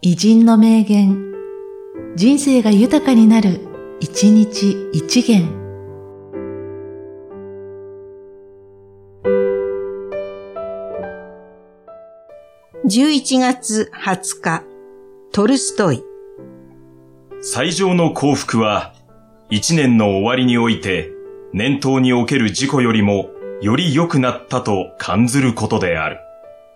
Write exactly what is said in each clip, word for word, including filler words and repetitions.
偉人の名言、人生が豊かになる、一日一元。 じゅういちがつはつか、トルストイ。 最上の幸福は、一年の終わりにおいて、年頭における自己よりも、より良くなったと感ずることである。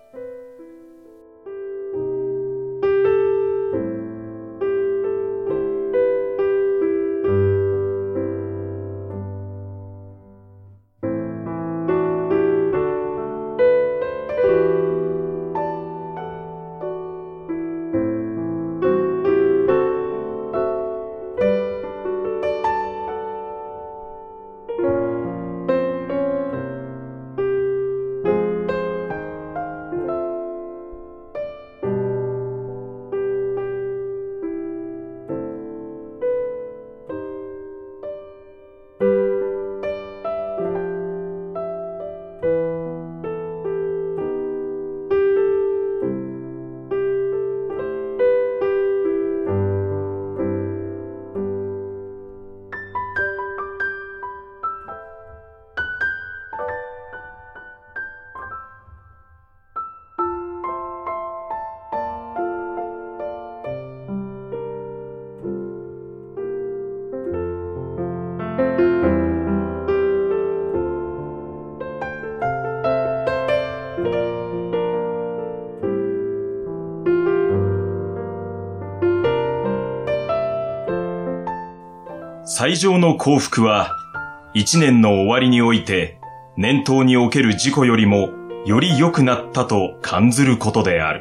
最上の幸福は、一年の終わりにおいて、年頭における自己よりも、より良くなったと感ずることである。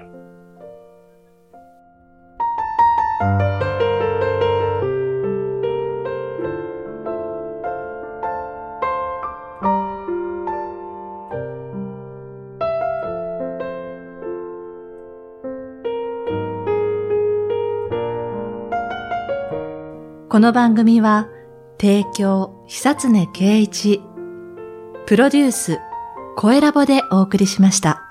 この番組は、提供、久常圭一、プロデュース、声ラボでお送りしました。